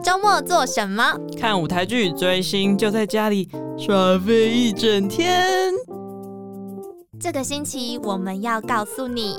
周末做什么？ 看舞台剧、追星，就在家里耍废一整天。 这个星期我们要告诉你。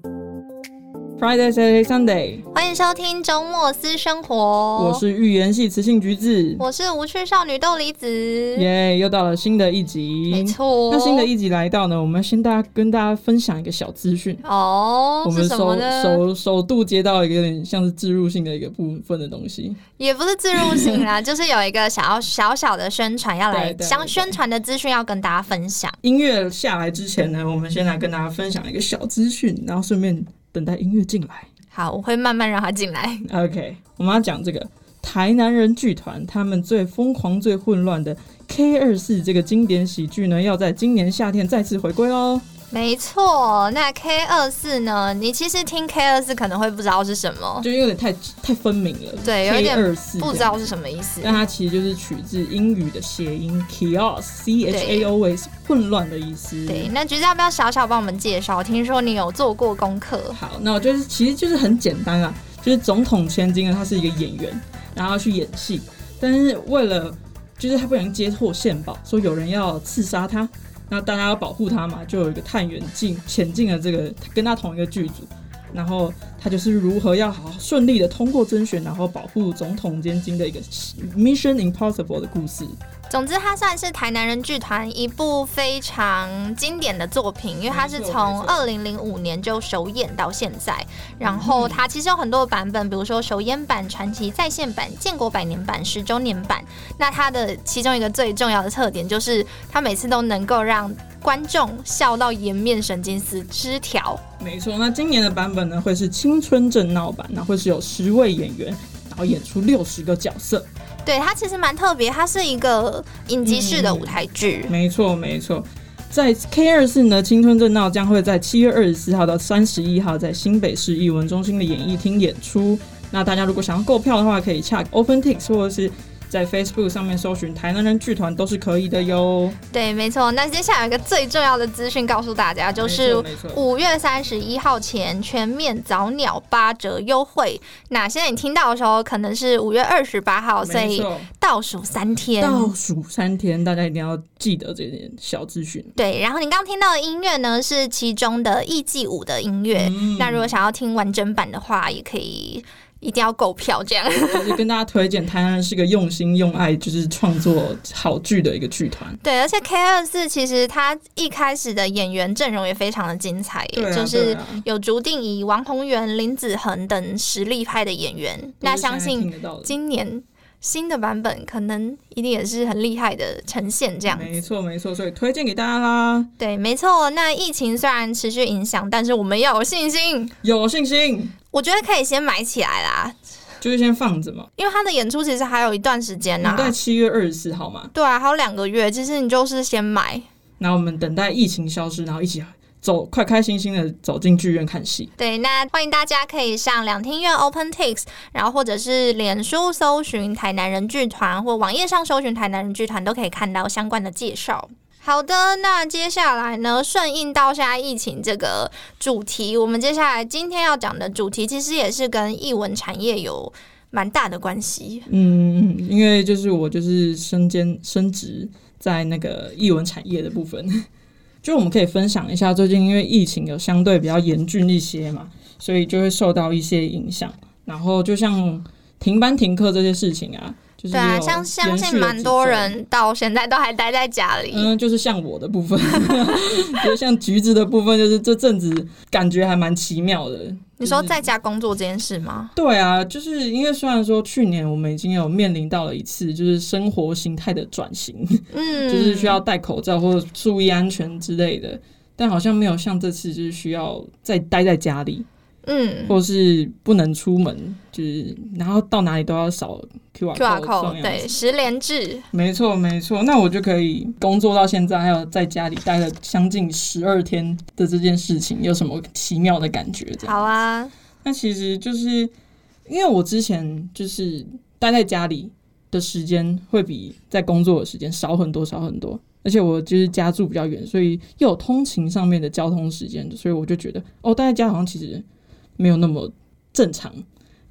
Friday, Saturday, Sunday， 欢迎收听周末私生活。 我是预言系雌性橘子， 我是无趣少女豆梨子。 耶，又到了新的一集。 没错， 那新的一集来到呢，我们先跟大家分享一个小资讯。 哦，是什么呢？ 首度接到一个有点像是置入性的一个部分的东西， 也不是置入性啦，就是有一个小小的宣传要来，像宣传的资讯要跟大家分享。 音乐下来之前呢，我们先来跟大家分享一个小资讯，然后顺便等待音乐进来。 好，我会慢慢让它进来。 OK， 我们要讲这个台南人剧团他们最疯狂、最混乱的 K24 这个经典喜剧呢，要在今年夏天再次回归咯。 没错，那 K24 呢？你其实听 K24 可能会不知道是什么， 就有点太分明了。 对，有点 K24 不知道是什么意思。 但它其实就是取自英语的谐音 chaos CHAOS 混乱的意思。 对，那橘子要不要小小帮我们介绍？听说你有做过功课。 好，那我其实就是很简单啊，就是总统千金呢，他是一个演员，然后要去演戏，但是为了就是他不小心接获线报，说有人要刺杀他。那大家要保护他嘛，就有一个探员潜进了这个跟他同一个剧组，然后他就是如何要好顺利的通过甄选，然后保护总统千金的一个 Mission Impossible 的故事。 总之，它算是台南人剧团一部非常经典的作品，因为它是从2005年就首演到现在。然后它其实有很多版本，比如说首演版、传奇在线版、建国100年版、10周年版。那它的其中一个最重要的特点就是，它每次都能够让观众笑到颜面神经死失调。 没错，那今年的版本呢，会是青春正闹版，那会是有10位演员，然后演出60个角色。 对，它其实蛮特别，它是一个影集式的舞台剧。 没错没错，在 K24 呢，青春正闹将会在7月24号到31号在新北市艺文中心的演艺厅演出。那大家如果想要购票的话，可以洽 OpenTix 或者是在 Facebook 上面搜寻台南人剧团都是可以的哟。 对，没错。那接下来有一个最重要的资讯告诉大家，就是5月31号前全面早鸟8折优惠。那现在你听到的时候，可能是5月28号，所以倒数3天。 倒数3天，大家一定要记得这点小资讯。 对，然后你刚听到的音乐呢，是其中的艺伎舞的音乐。那如果想要听完整版的话，也可以。一定要购票，这样就是跟大家推荐，台南人是个用心用爱，就是创作好剧的一个剧团。 对，而且 K24 其实他一开始的演员阵容也非常的精彩，就是有竹定仪、王宏源、林子恒等实力派的演员。那相信今年新的版本可能一定也是很厉害的呈现，这样子。 没错没错，所以推荐给大家啦。 对，没错。那疫情虽然持续影响，但是我们要有信心， 有信心。 我觉得可以先买起来啦， 就是先放着嘛， 因为他的演出其实还有一段时间呐， 在7月24号嘛。 对啊，还有2个月，其实你就是先买。 那我们等待疫情消失，然后一起快开心心的走进剧院看戏。 对，那欢迎大家可以上两厅院 OpenTix， 然后或者是脸书搜寻台南人剧团，或网页上搜寻台南人剧团，都可以看到相关的介绍。好的，那接下来呢，顺应到现在疫情这个主题，我们接下来今天要讲的主题，其实也是跟艺文产业有蛮大的关系。 因为就是我就是升职在那个艺文产业的部分，就我们可以分享一下，最近因为疫情有相对比较严峻一些嘛，所以就会受到一些影响。然后就像停班停课这些事情啊。 对啊，相信蛮多人到现在都还待在家里。 就是像我的部分，就是像橘子的部分，就是这阵子感觉还蛮奇妙的。 你说在家工作这件事吗？ 对啊，就是因为虽然说去年我们已经有面临到了一次就是生活形态的转型，就是需要戴口罩或者注意安全之类的，但好像没有像这次就是需要再待在家里。或是不能出门，就是然后到哪里都要扫 QR code， 对，10连制， 没错没错。那我就可以工作到现在，还有在家里待了将近12天的这件事情，有什么奇妙的感觉？ 好啊， 那其实就是因为我之前就是待在家里的时间会比在工作的时间少很多，而且我就是家住比较远，所以又有通勤上面的交通时间，所以我就觉得待在家好像其实没有那么正常，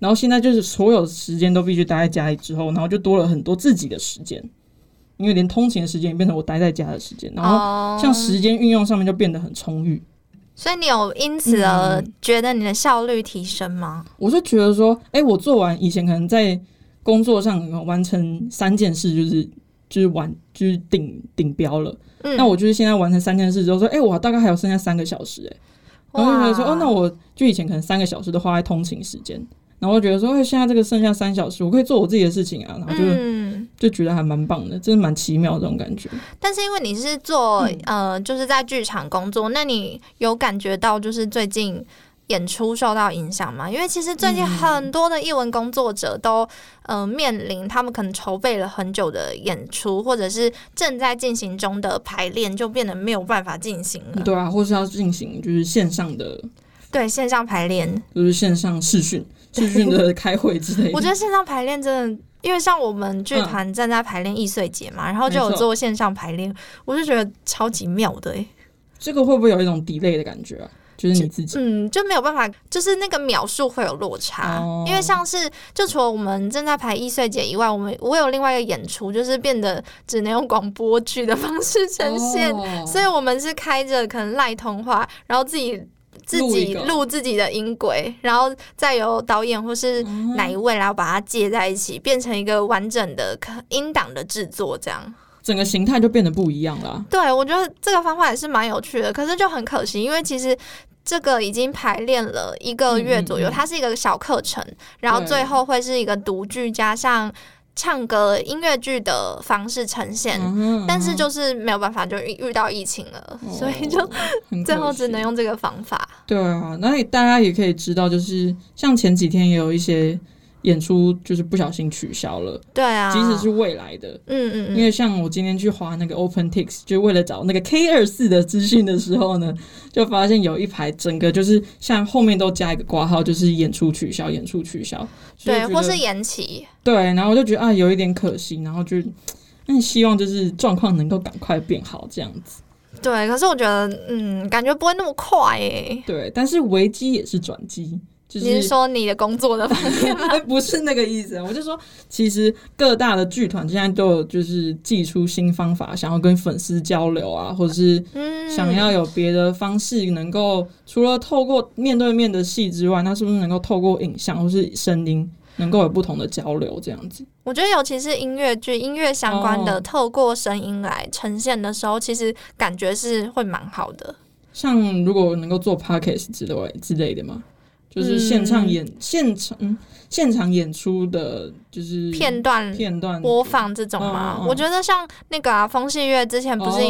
然后现在就是所有时间都必须待在家里之后，然后就多了很多自己的时间，因为连通勤的时间也变成我待在家的时间，然后像时间运用上面就变得很充裕。 所以你有因此而觉得你的效率提升吗？ 我是觉得说，我做完以前可能在工作上完成3件事，就是顶标了。那我就是现在完成3件事之后说，我大概还有剩下3个小时，然后就觉得说，那我就以前可能3个小时都花在通勤时间，然后我觉得说，现在这个剩下3小时，我可以做我自己的事情啊，然后就觉得还蛮棒的，真的蛮奇妙的这种感觉。 但是因为你是做就是在剧场工作，那你有感觉到就是最近演出受到影响吗？因为其实最近很多的艺文工作者都面临他们可能筹备了很久的演出，或者是正在进行中的排练，就变得没有办法进行了。 对啊，或是要进行就是线上的， 对，线上排练， 就是线上视讯的开会之类的。 我觉得线上排练真的，因为像我们剧团正在排练易碎节嘛，然后就有做线上排练，我就觉得超级妙的这个会不会有一种 delay 的感觉啊？就是你自己就没有办法，就是那个秒数会有落差，因为像是就除了我们正在排易碎节以外，我有另外一个演出，就是变得只能用广播剧的方式呈现，所以我们是开着可能赖通话，然后自己录自己的音轨，然后再由导演或是哪一位然后把它接在一起，变成一个完整的音档的制作，这样整个形态就变得不一样了。 对，我觉得这个方法也是蛮有趣的，可是就很可惜，因为其实这个已经排练了1个月左右，它是一个小课程，然后最后会是一个读剧加上唱歌音乐剧的方式呈现，但是就是没有办法，就遇到疫情了，所以就最后只能用这个方法。对啊，那大家也可以知道，就是像前几天也有一些演出就是不小心取消了， 对啊， 即使是未来的，因为像我今天去滑那个 OpenTix， 就为了找那个 K24 的资讯的时候呢，就发现有一排整个就是像后面都加一个括号，就是演出取消， 对，或是延期， 对，然后我就觉得有一点可惜，然后就希望就是状况能够赶快变好这样子。 对，可是我觉得感觉不会那么快对，但是危机也是转机。 你是说你的工作的方面吗？ 不是那个意思，我就说其实各大的剧团现在都有就是祭出新方法，想要跟粉丝交流啊，或者是想要有别的方式能够除了透过面对面的戏之外，那是不是能够透过影像或是声音能够有不同的交流这样子。 我觉得尤其是音乐剧音乐相关的透过声音来呈现的时候，其实感觉是会蛮好的。 像如果能够做 podcast 之类的嘛，就是现场演出的，就是片段播放这种嘛。我觉得像那个风戏乐之前不是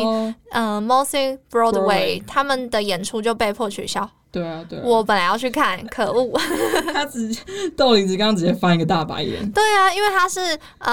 Music Broadway 他们的演出就被迫取消。 对啊， 我本来要去看，可恶！ 他豆梨子刚刚直接翻一个大白眼。 对啊，因为他是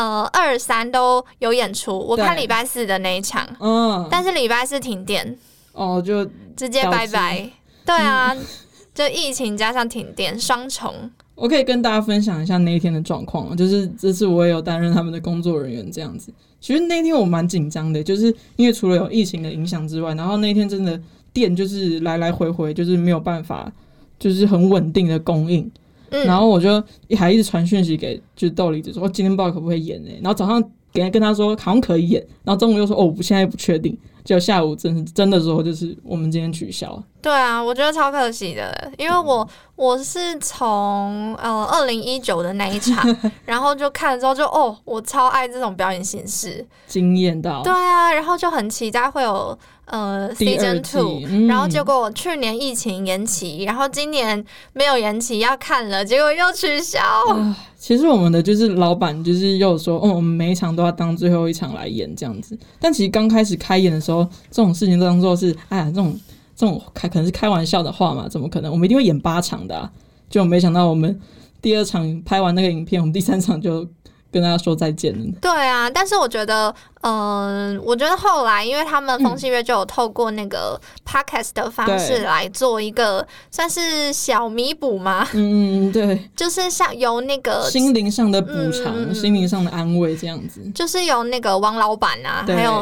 2、3都有演出，我看礼拜4的那一场，但是礼拜4停电， 就直接拜拜。对啊。就疫情加上停电双重。 我可以跟大家分享一下那一天的状况，就是这次我也有担任他们的工作人员这样子。其实那天我蛮紧张的，就是因为除了有疫情的影响之外，然后那天真的电就是来来回回，就是没有办法就是很稳定的供应。然后我就还一直传讯息给就是豆梨子说今天不知道可不可以演然后早上跟他说好像可以演，然后中午又说我现在不确定，结果下午真的说就是我们今天取消。 对啊，我觉得超可惜的，因为我是从2019的那一场然后就看了之后就我超爱这种表演形式， 惊艳到。 对啊，然后就很期待会有Season 2，然后结果去年疫情延期，然后今年没有延期要看了，结果又取消。 其实我们的就是老板就是又说我们每一场都要当最后一场来演这样子，但其实刚开始开演的时候这种事情都当作是这种可能是开玩笑的话嘛，怎么可能我们一定会演8场的就没想到我们第2场拍完那个影片，我们第3场就跟大家说再见了。 对啊，但是我觉得后来因为他们风戏乐就有透过那个 podcast 的方式来做一个算是小弥补嘛， 对， 就是像由那个心灵上的补偿，心灵上的安慰这样子， 就是由那个王老板啊还有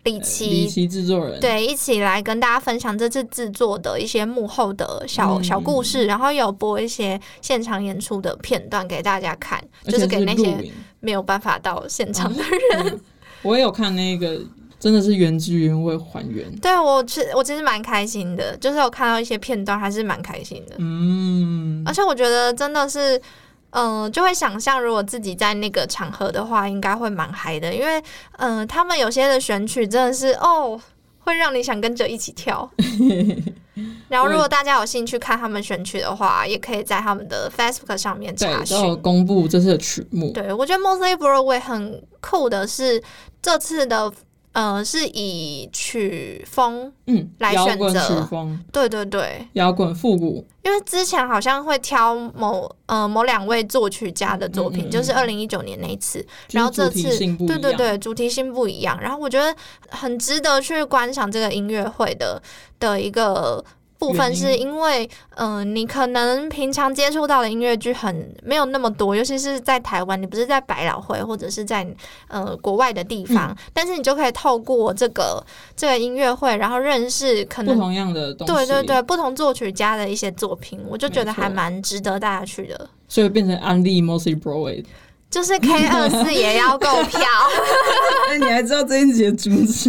李琦制作人， 对，一起来跟大家分享这次制作的一些幕后的小故事，然后有播一些现场演出的片段给大家看，就是给那些没有办法到现场的人。 我也有看那个，真的是原汁原味还原。 对，我其实蛮开心的，就是有看到一些片段，还是蛮开心的。而且我觉得真的是。就会想象如果自己在那个场合的话，应该会蛮嗨的，因为他们有些的选曲真的是会让你想跟着一起跳。然后如果大家有兴趣看他们选曲的话，也可以在他们的 Facebook 上面查询， 都有公布这次的曲目。 对，我觉得 Mostly Broadway 很酷的是这次的是以曲风来选择，摇滚曲风， 对对对， 摇滚复古。 因为之前好像会挑某2位作曲家的作品，就是2019年那一次，然后这次对对对，主题性不一样，然后我觉得很值得去观赏这个音乐会的一个部分，是因为你可能平常接触到的音乐剧没有那么多，尤其是在台湾，你不是在百老汇或者是在国外的地方，但是你就可以透过这个音乐会，然后认识可能不同样的东西， 对对对，不同作曲家的一些作品，我就觉得还蛮值得大家去的， 所以变成安利 Mostly Broadway。 就是 K24 也要购票。 你还知道这一集的主旨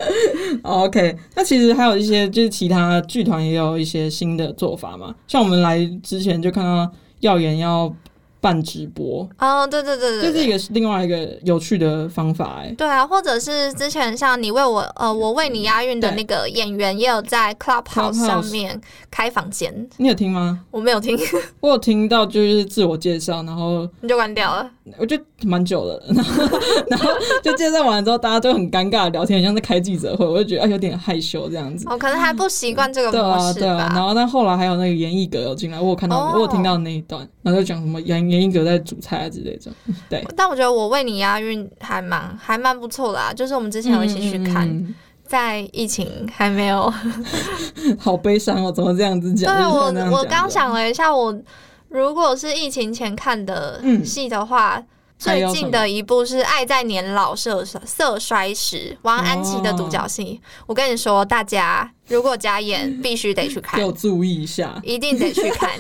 ？OK， 那其实还有一些就是其他剧团也有一些新的做法嘛，像我们来之前就看到耀眼要办直播， 对对对对， 这是一个另外一个有趣的方法对啊，或者是之前像你为我为你押韵的那个演员也有在 Clubhouse 上面开房间， 你有听吗？ 我没有听。 我有听到就是自我介绍，然后你就关掉了。 我觉得蛮久了，然后就介绍完之后，大家就很尴尬的聊天，很像在开记者会，我就觉得有点害羞这样子。 可能还不习惯这个模式吧。 对啊，然后但后来还有那个严艺格有进来，我有看到，我有听到那一段，然后就讲什么严艺格在煮菜啊之类的。对， 但我觉得我为你押韵还蛮不错的啊，就是我们之前有一起去看。在疫情还没有好悲伤哦，怎么这样子讲？ 对，我刚想了一下，我如果是疫情前看的戏的话，最近的一部是《爱在年老色衰时》，王安琪的独角戏。我跟你说，大家如果加演，必须得去看， 要注意一下， 一定得去看。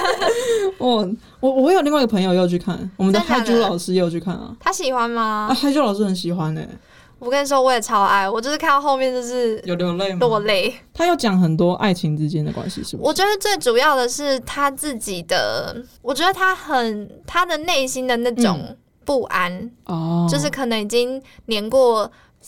我有另外一个朋友也有去看，我们的嗨珠老师也有去看啊。 他喜欢吗？ 嗨珠老师很喜欢欸。 我跟你说，我也超爱，我就是看到后面就是有流泪吗？ 落泪。 他有讲很多爱情之间的关系，是不是？ 我觉得最主要的是他自己的，我觉得他的内心的那种不安，就是可能已经年过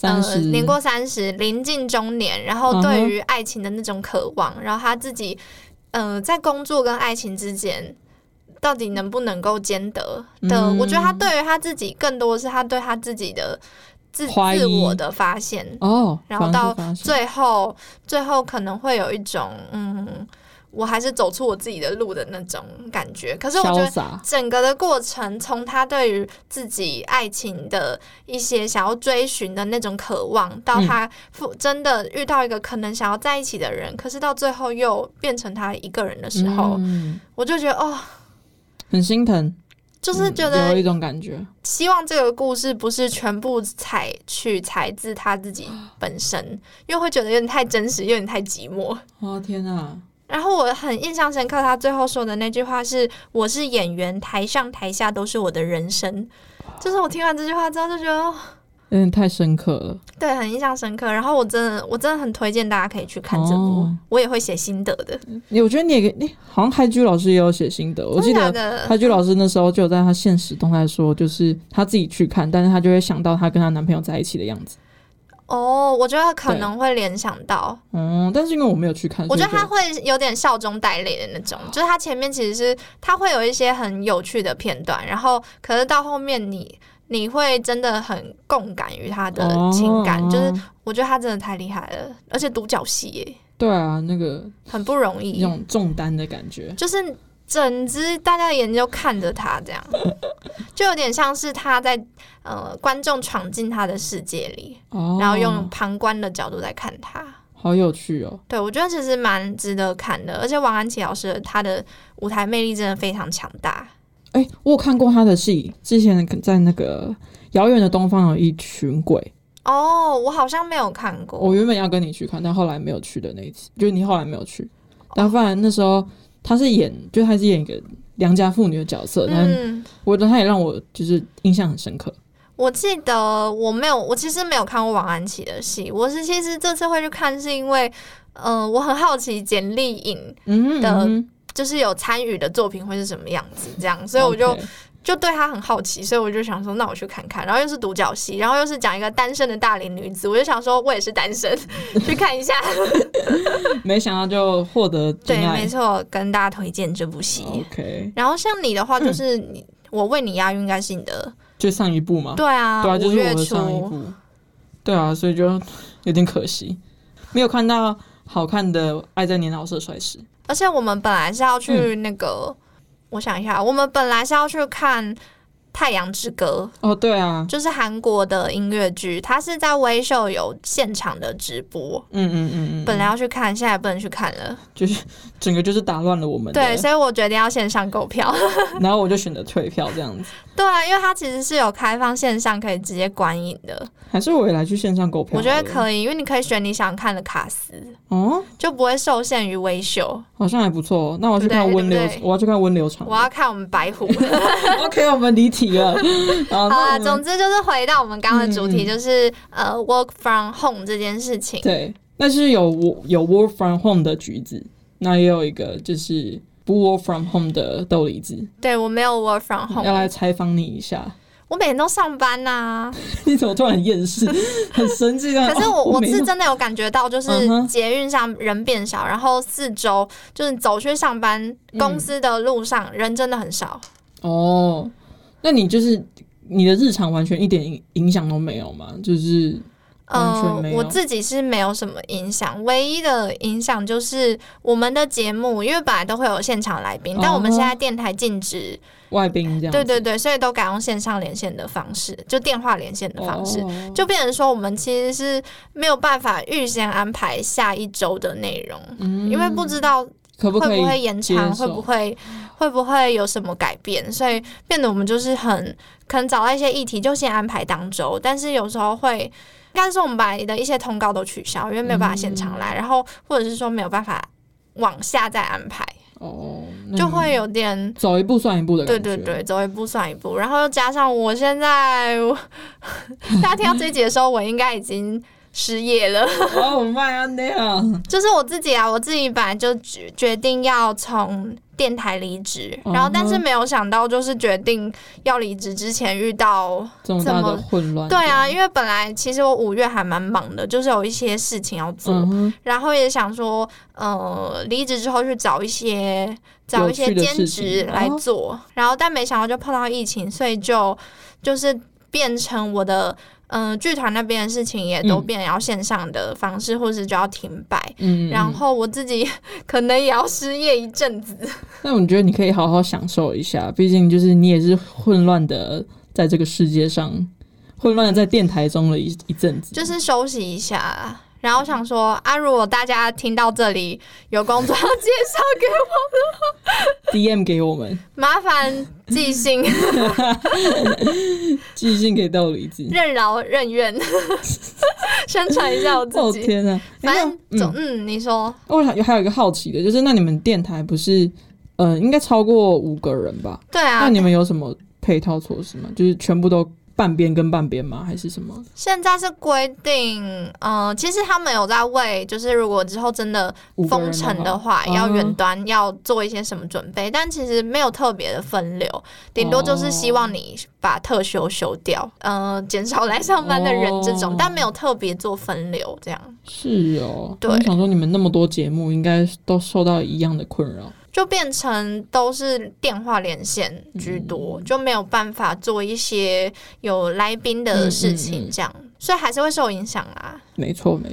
30，临近中年，然后对于爱情的那种渴望，然后他自己在工作跟爱情之间。到底能不能够兼得的？我觉得他对于他自己，更多的是他对他自己的自我的发现然后到最后可能会有一种我还是走出我自己的路的那种感觉。可是我觉得整个的过程，从他对于自己爱情的一些想要追寻的那种渴望，到他真的遇到一个可能想要在一起的人，可是到最后又变成他一个人的时候，我就觉得很心疼， 就是觉得有一种感觉， 希望这个故事不是全部采自他自己本身，因为会觉得有点太真实，有点太寂寞。 天啊！ 然后我很印象深刻，他最后说的那句话是：“我是演员，台上台下都是我的人生。”就是我听完这句话之后就觉得有点太深刻了，对， 很印象深刻。然后我真的很推荐大家可以去看这部，我也会写心得的。 我觉得你好像嗨居老师也有写心得，我记得嗨居老师那时候就有在他现实动态说，就是他自己去看，但是他就会想到他跟他男朋友在一起的样子。我觉得可能会联想到， 但是因为我没有去看， 我觉得他会有点笑中带泪的那种，就是他前面其实是他会有一些很有趣的片段，然后可是到后面你会真的很共感于他的情感，就是我觉得他真的太厉害了，而且独角戏耶， 对啊，那个很不容易， 那种重担的感觉， 就是整只大家的眼睛就看着他，这样就有点像是他在观众闯进他的世界里，然后用旁观的角度在看他， 好有趣哦。对， 我觉得其实蛮值得看的，而且王安琪老师他的舞台魅力真的非常强大。 我有看过他的戏，之前在那个遥远的东方有一群鬼， 哦，我好像没有看过。 我原本要跟你去看，但后来没有去的那一次，就是你后来没有去。但不然那时候他是演一个良家妇女的角色，但我觉得他也让我就是印象很深刻。 我记得我其实没有看过王安琪的戏，我是其实这次会去看是因为，我很好奇简莉颖的，就是有参与的作品会是什么样子，这样，所以我就对她很好奇，所以我就想说，那我去看看。然后又是独角戏，然后又是讲一个单身的大龄女子，我就想说，我也是单身，去看一下。 没想到就获得真爱。 对，没错，跟大家推荐这部戏。 OK。 然后像你的话，就是我为你押韵，应该是你的。 就上一部嘛， 对啊， 就是我的上一部，对啊，所以就有点可惜，没有看到好看的《爱在年老色衰时》。 而且我们本来是要去那个，我想一下，我们本来是要去看《太阳之歌》 哦，对啊， 就是韩国的音乐剧，它是在微秀有现场的直播，本来要去看，现在不能去看了， 就是整个就是打乱了我们的。 对，所以我决定要线上购票， 然后我就选择退票这样子。 对啊，因为它其实是有开放线上可以直接观影的。 还是我也来去线上购票？ 我觉得可以，因为你可以选你想看的卡司，就不会受限于微秀。 好像还不错。那我要去看温流，我要去看温流场。 我要看我们白虎。 OK， 我们离题了。 好啦，总之就是回到我们刚刚的主题，就是work from home 这件事情。 对，但是有 work from home 的橘子，那也有一个就是不 work from home 的豆梨子。 对，我没有 work from home。 要来采访你一下。 我每天都上班啊。 你怎么突然很厌世，很生气啊？ 可是我是真的有感觉到，就是捷运上人变少，然后四周就是走去上班公司的路上人真的很少。 哦，那你就是你的日常完全一点影响都没有吗？就是完全没有。 我自己是没有什么影响，唯一的影响就是我们的节目，因为本来都会有现场来宾，但我们现在电台禁止外宾这样子。 对对对，所以都改用线上连线的方式，就电话连线的方式，就变成说我们其实是没有办法预先安排下一周的内容，因为不知道会不会延长，会不会有什么改变，所以变得我们就是可能找到一些议题就先安排当周，但是有时候会应该是我们把的一些通告都取消，因为没有办法现场来，然后或者是说没有办法往下再安排。就会有点走一步算一步的感觉。 对对对，走一步算一步，然后又加上我现在大家听到这一集的时候，我应该已经失业了。 Oh my god！ 就是我自己本来就决定要从电台离职，然后但是没有想到，就是决定要离职之前遇到这么大的混乱。 对啊，因为本来其实我5月还蛮忙的，就是有一些事情要做，然后也想说，离职之后去找一些兼职来做，然后但没想到就碰到疫情，所以就是变成我的。剧团那边的事情也都变得要线上的方式，或是就要停摆。然后我自己可能也要失业一阵子。 那我觉得你可以好好享受一下，毕竟就是你也是混乱的在这个世界上，混乱的在电台中了一阵子， 就是休息一下。然后想说啊，如果大家听到这里有工作要介绍给我的话 ，DM 给我们， 麻烦寄信， 寄信给豆梨子， 任劳任怨，宣传一下我自己。 哦天啊！ 反正你说， 我还有一个好奇的，就是那你们电台不是应该超过5个人吧？ 对啊。 那你们有什么配套措施吗？就是全部都半边跟半边吗？还是什么？ 现在是规定，其实他们有在为，就是如果之后真的封城的话，要远端要做一些什么准备，但其实没有特别的分流，顶多就是希望你把特休休掉，减少来上班的人这种，但没有特别做分流这样。 是哦， 对。 我想说你们那么多节目，应该都受到一样的困扰。 就变成都是电话连线居多，就没有办法做一些有来宾的事情，这样，所以还是会受影响啊。 没错没错， 因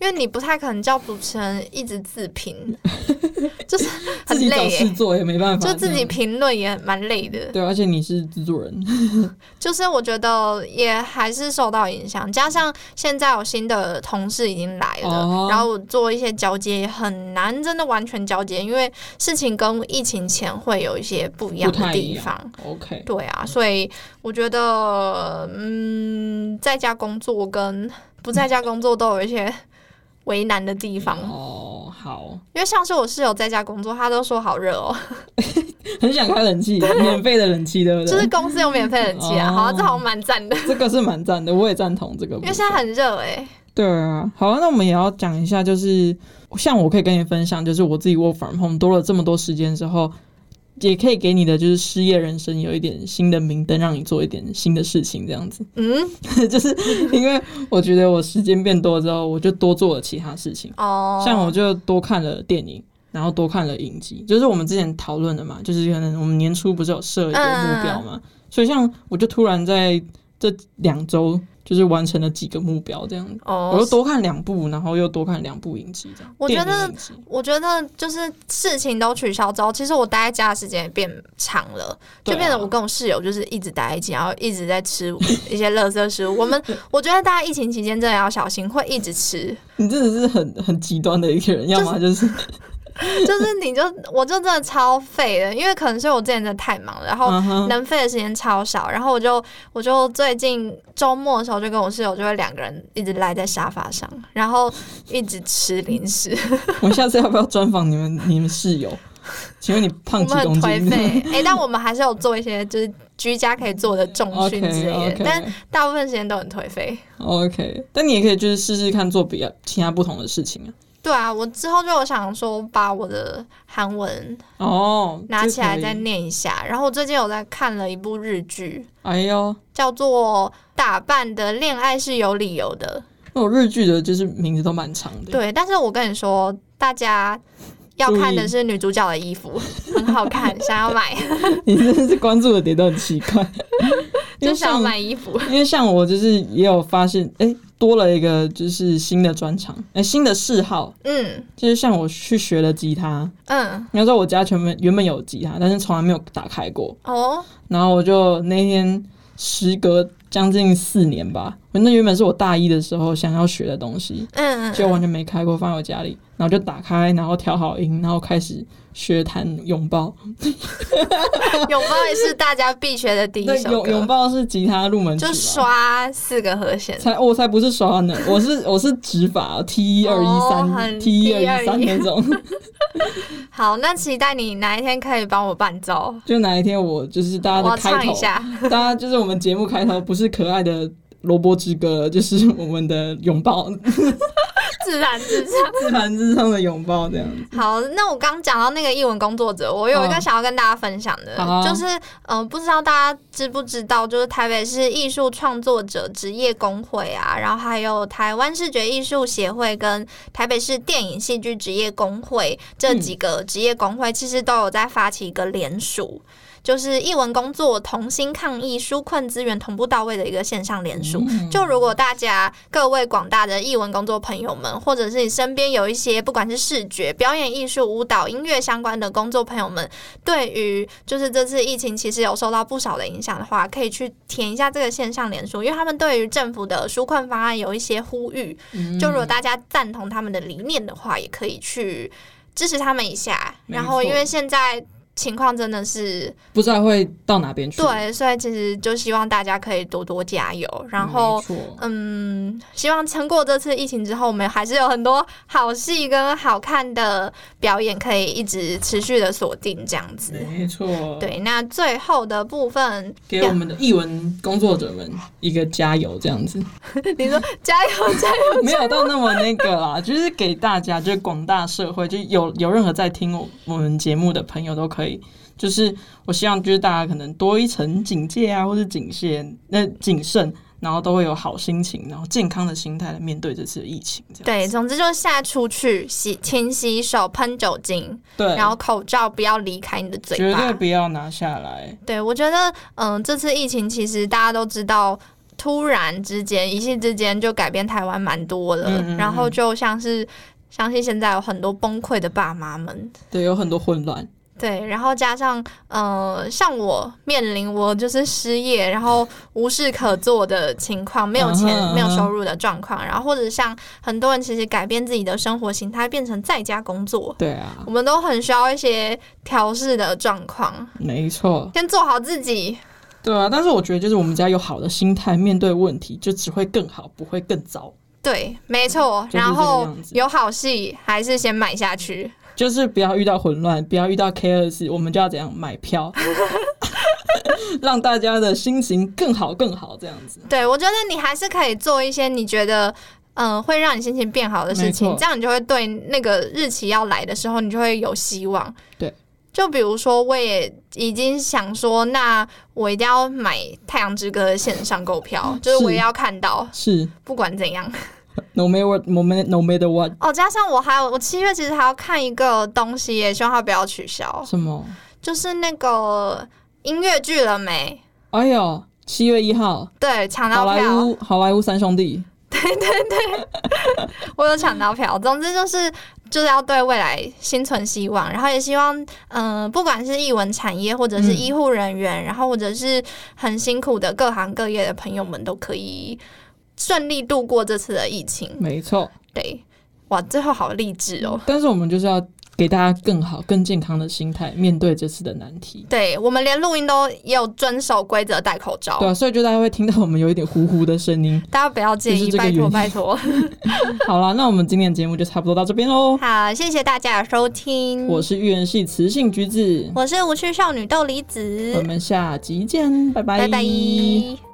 因为你不太可能叫主持人一直自评，就是很自己找累事做也没办法， 就自己评论也蛮累的。 对，而且你是制作人， 就是我觉得也还是受到影响，加上现在有新的同事已经来了，然后我做一些交接也很难，真的完全交接，因为事情跟疫情前会有一些不一样的地方。 OK， 对啊，所以我觉得，在家工作跟不在家工作都有一些为难的地方。 好， 因为像是我室友在家工作，他都说好热哦， 很想开冷气，免费的冷气，对不对？ 就是公司有免费冷气啊，好，这好像蛮赞的。 这个是蛮赞的，我也赞同这个部分。 因为现在很热对啊，好，那我们也要讲一下，就是像我可以跟你分享，就是我自己 work from home 多了这么多时间之后，也可以给你的就是失业人生有一点新的明灯，让你做一点新的事情，这样子。就是因为我觉得我时间变多之后，我就多做了其他事情。像我就多看了电影，然后多看了影集，就是我们之前讨论的嘛，就是可能我们年初不是有设一个目标嘛，所以像我就突然在这2周就是完成了几个目标这样子。我又多看2部，然后又多看2部影集这样。 我觉得就是事情都取消之后，其实我待在家的时间也变长了，就变成我跟我室友就是一直待在一起，然后一直在吃一些垃圾食物。我觉得大家疫情期间真的要小心，会一直吃。 你真的是很极端的一个人，要么就是我就真的超废的，因为可能是我之前真的太忙了，然后能废的时间超少，然后我就最近周末的时候就跟我室友就会2个人一直赖在沙发上，然后一直吃零食。 我下次要不要专访你们室友？请问你胖几公斤？ 我们很颓废，但我们还是有做一些就是居家可以做的重训之类的，但大部分时间都很颓废。 OK， 但你也可以就是试试看做比较其他不同的事情啊。 对啊，我之后就有想说把我的韩文拿起来再念一下，然后我最近有在看了一部日剧，叫做《打扮的恋爱是有理由的》。 日剧的就是名字都蛮长的。 对，但是我跟你说，大家要看的是女主角的衣服，很好看，想要买。 你真的是关注的点都很奇怪， 就想要买衣服。因为像我就是也有发现，多了一个就是新的专长，新的嗜好。就是像我去学了吉他。你要知道我家原本有吉他，但是从来没有打开过。然后我就那天时隔将近4年吧，那原本是我大1的时候想要学的东西，就完全没开过，放在我家里，然后就打开，然后调好音，然后开始学弹拥抱。 拥抱也是大家必学的第一首歌。 拥抱是吉他入门曲， 就刷4个和弦。 我才不是刷呢，我是指法 T123 T123 那种。 好，那期待你哪一天可以帮我伴奏。 就哪一天我就是大家的开头， 我唱一下。 大家就是我们节目开头不是可爱的萝卜之歌，就是我们的拥抱。 自弹自唱的拥抱这样子。 好，那我刚讲到那个艺文工作者，我有一个想要跟大家分享的，就是不知道大家知不知道，就是台北市艺术创作者职业工会啊，然后还有台湾视觉艺术协会跟台北市电影戏剧职业工会这几个职业工会，其实都有在发起一个联署。就是艺文工作同心抗疫纾困资源同步到位的一个线上联署。就如果大家各位广大的艺文工作朋友们，或者是你身边有一些不管是视觉、表演艺术、舞蹈、音乐相关的工作朋友们，对于就是这次疫情其实有受到不少的影响的话，可以去填一下这个线上联署，因为他们对于政府的纾困方案有一些呼吁。就如果大家赞同他们的理念的话，也可以去支持他们一下。然后因为现在情况真的是不知道会到哪边去， 对，所以其实就希望大家可以多多加油，然后希望撑过这次疫情之后，我们还是有很多好戏跟好看的表演可以一直持续的锁定这样子。 没错， 对，那最后的部分给我们的艺文工作者们一个加油这样子。 你说加油加油， 没有到那么那个啦，就是给大家，就是广大社会，就有任何在听我们节目的朋友都可以。就是我希望就是大家可能多一层警戒啊，或是谨慎，然后都会有好心情，然后健康的心态来面对这次的疫情。 对，总之就是现在出去勤洗手、喷酒精， 对， 然后口罩不要离开你的嘴巴， 绝对不要拿下来。 对，我觉得这次疫情其实大家都知道。 突然之间一夕之间就改变台湾蛮多了，然后就像是相信现在有很多崩溃的爸妈们， 对，有很多混乱。 对，然后加上像我面临我就是失业，然后无事可做的情况，没有钱、没有收入的状况，然后或者像很多人其实改变自己的生活形态，变成在家工作。 对啊， 我们都很需要一些调试的状况。 没错， 先做好自己。 对啊，但是我觉得就是我们只要有好的心态面对问题，就只会更好，不会更糟。 对，没错。然后有好戏还是先买下去。 就是不要遇到混乱，不要遇到 chaos， 我们就要怎样买票，让大家的心情更好更好这样子。 对，我觉得你还是可以做一些你觉得会让你心情变好的事情，这样你就会对那个日期要来的时候，你就会有希望。 对， 就比如说，我也已经想说，那我一定要买《太阳之歌》的线上购票，就是我也要看到， 是不管怎样。 No matter what。 哦，加上我7月其实还要看一个东西耶，希望它不要取消。 什么？就是那个音乐剧了没？ 哎呦，7月1号， 对，抢到票。 好莱坞三兄弟。 对对对，我有抢到票。总之就是要对未来心存希望，然后也希望不管是艺文产业或者是医护人员，然后或者是很辛苦的各行各业的朋友们都可以顺利度过这次的疫情。 没错， 对，哇，最后好励志哦。 但是我们就是要给大家更好更健康的心态面对这次的难题。 对，我们连录音都也有遵守规则戴口罩。 对啊，所以就大家会听到我们有一点呼呼的声音， 大家不要介意，拜托拜托。 好啦，那我们今天的节目就差不多到这边咯。 好，谢谢大家的收听。 我是预言系雌性橘子， 我是无趣少女豆梨子， 我们下集见，拜拜， 拜拜。